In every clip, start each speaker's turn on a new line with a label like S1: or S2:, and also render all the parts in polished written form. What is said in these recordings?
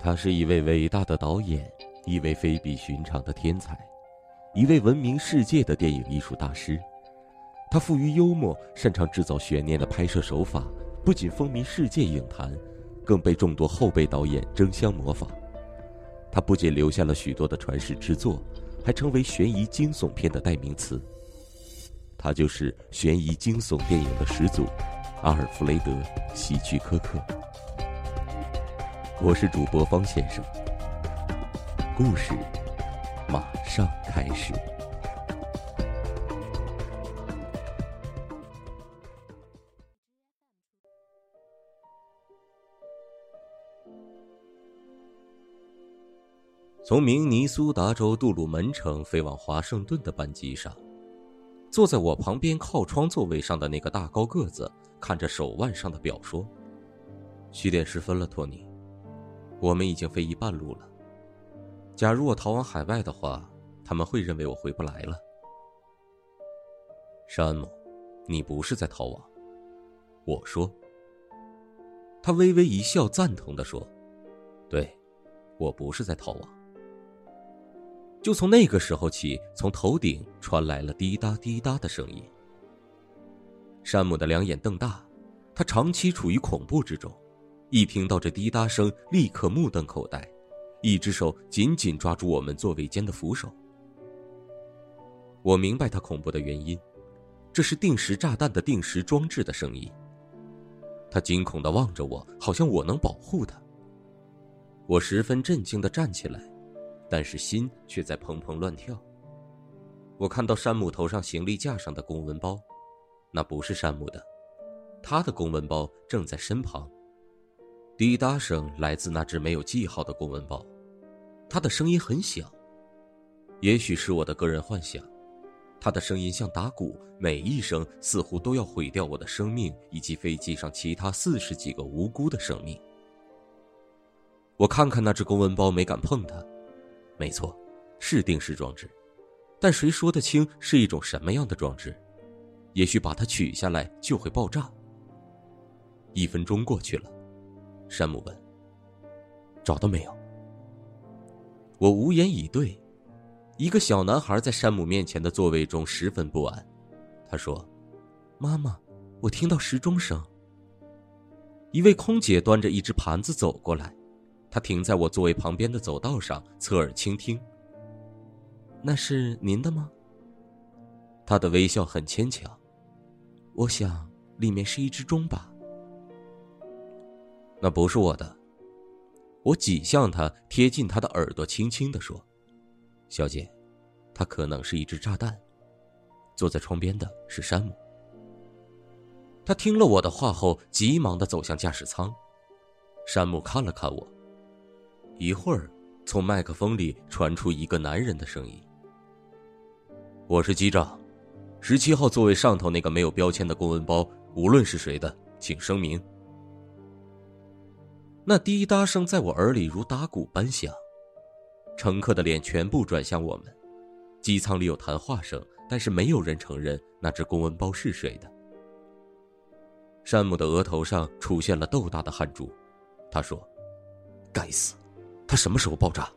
S1: 他是一位伟大的导演，一位非比寻常的天才，一位闻名世界的电影艺术大师。他富于幽默，擅长制造悬念的拍摄手法，不仅风靡世界影坛，更被众多后辈导演争相模仿。他不仅留下了许多的传世之作，还成为悬疑惊悚片的代名词。他就是悬疑惊悚电影的始祖阿尔弗雷德·希区柯克。我是主播方先生，故事马上开始。从明尼苏达州杜鲁门城飞往华盛顿的班机上，坐在我旁边靠窗座位上的那个大高个子看着手腕上的表说：“7点10分了，托尼，我们已经飞一半路了。假如我逃往海外的话，他们会认为我回不来了。”山姆，你不是在逃亡。我说。他微微一笑，赞同地说：“对，我不是在逃亡。”就从那个时候起，从头顶传来了滴答滴答的声音。山姆的两眼瞪大，他长期处于恐怖之中，一听到这滴答声，立刻目瞪口呆，一只手紧紧抓住我们座位间的扶手。我明白他恐怖的原因，这是定时炸弹的定时装置的声音。他惊恐地望着我，好像我能保护他。我十分震惊地站起来，但是心却在砰砰乱跳。我看到山姆头上行李架上的公文包，那不是山姆的，他的公文包正在身旁。滴答声来自那只没有记号的公文包，它的声音很响，也许是我的个人幻想。它的声音像打鼓，每一声似乎都要毁掉我的生命以及飞机上其他40几个无辜的生命。我看看那只公文包，没敢碰它。没错，是定时装置，但谁说得清是一种什么样的装置？也许把它取下来就会爆炸。1分钟过去了，山姆问：“找到没有？”我无言以对。一个小男孩在山姆面前的座位中十分不安。他说：“妈妈，我听到时钟声。”一位空姐端着一只盘子走过来，她停在我座位旁边的走道上，侧耳倾听。“那是您的吗？”她的微笑很牵强。“我想里面是一只钟吧。”“那不是我的。”我挤向她，贴近她的耳朵，轻轻地说：“小姐，它可能是一只炸弹。坐在窗边的是山姆。”他听了我的话后，急忙地走向驾驶舱。山姆看了看我，一会儿，从麦克风里传出一个男人的声音：“我是机长，17号座位上头那个没有标签的公文包，无论是谁的，请声明。”那滴答声在我耳里如打鼓般响。乘客的脸全部转向我们，机舱里有谈话声，但是没有人承认那只公文包是谁的。山姆的额头上出现了豆大的汗珠，他说：“该死，他什么时候爆炸？”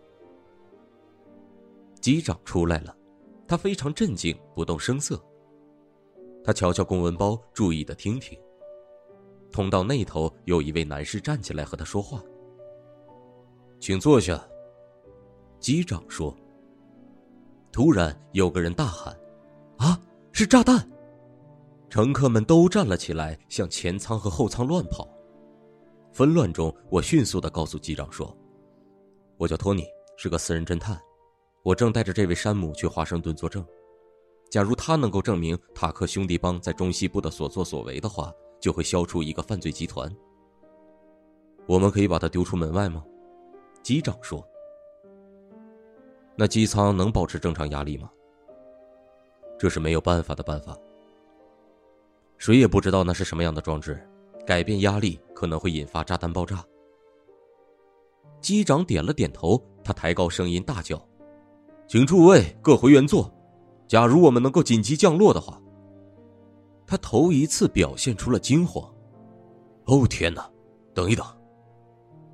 S1: 机长出来了，他非常镇静，不动声色。他瞧瞧公文包，注意地听听。通道那头有一位男士站起来和他说话：“请坐下。”机长说。突然有个人大喊：“啊，是炸弹！”乘客们都站了起来，向前舱和后舱乱跑。纷乱中，我迅速地告诉机长说：“我叫托尼，是个私人侦探，我正带着这位山姆去华盛顿作证。假如他能够证明塔克兄弟帮在中西部的所作所为的话，就会消除一个犯罪集团。我们可以把他丢出门外吗？”机长说。那机舱能保持正常压力吗？这是没有办法的办法。谁也不知道那是什么样的装置，改变压力可能会引发炸弹爆炸。机长点了点头，他抬高声音大叫：“请诸位各回原座，假如我们能够紧急降落的话。”他头一次表现出了惊慌。“哦天哪，等一等。”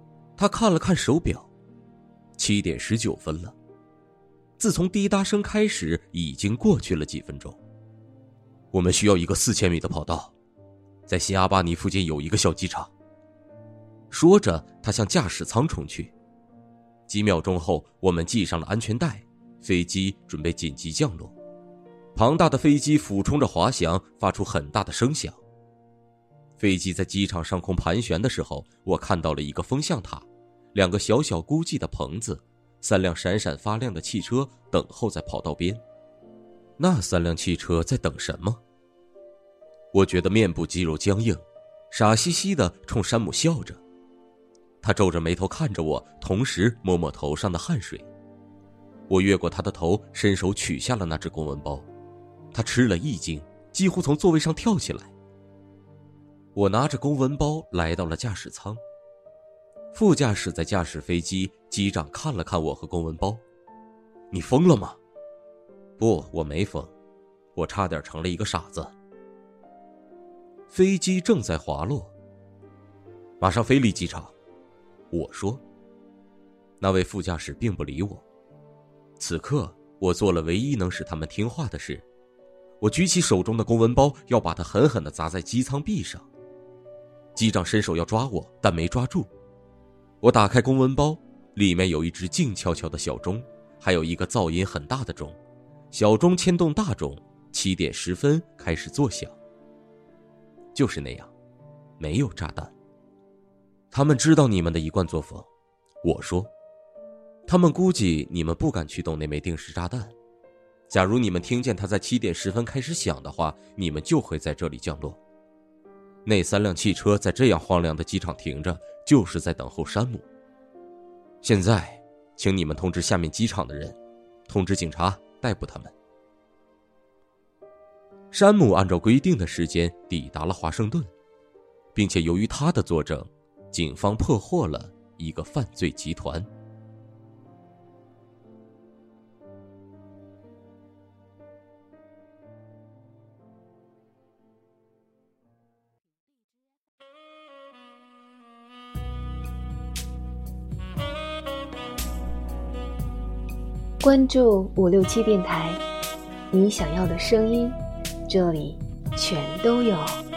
S1: 他看了看手表，7点19分了。自从滴答声开始，已经过去了几分钟。我们需要一个4000米的跑道，在新阿巴尼附近有一个小机场。说着，他向驾驶舱冲去。几秒钟后，我们系上了安全带，飞机准备紧急降落。庞大的飞机俯冲着滑翔，发出很大的声响。飞机在机场上空盘旋的时候，我看到了一个风向塔，2个小小孤寂的棚子，3辆闪闪发亮的汽车等候在跑道边。那3辆汽车在等什么？我觉得面部肌肉僵硬，傻兮兮地冲山姆笑着。他皱着眉头看着我，同时摸摸头上的汗水。我越过他的头，伸手取下了那只公文包。他吃了一惊，几乎从座位上跳起来。我拿着公文包来到了驾驶舱。副驾驶在驾驶飞机，机长看了看我和公文包。你疯了吗？不，我没疯，我差点成了一个傻子。飞机正在滑落，马上飞离机场。我说。那位副驾驶并不理我。此刻我做了唯一能使他们听话的事，我举起手中的公文包，要把它狠狠地砸在机舱壁上。机长伸手要抓我，但没抓住。我打开公文包，里面有一只静悄悄的小钟，还有一个噪音很大的钟。小钟牵动大钟，7点10分开始作响。就是那样，没有炸弹。他们知道你们的一贯作风，我说。他们估计你们不敢驱动那枚定时炸弹。假如你们听见它在7点10分开始响的话，你们就会在这里降落。那3辆汽车在这样荒凉的机场停着，就是在等候山姆。现在，请你们通知下面机场的人，通知警察逮捕他们。山姆按照规定的时间抵达了华盛顿，并且由于他的作证，警方破获了一个犯罪集团。
S2: 关注567电台，你想要的声音，这里全都有。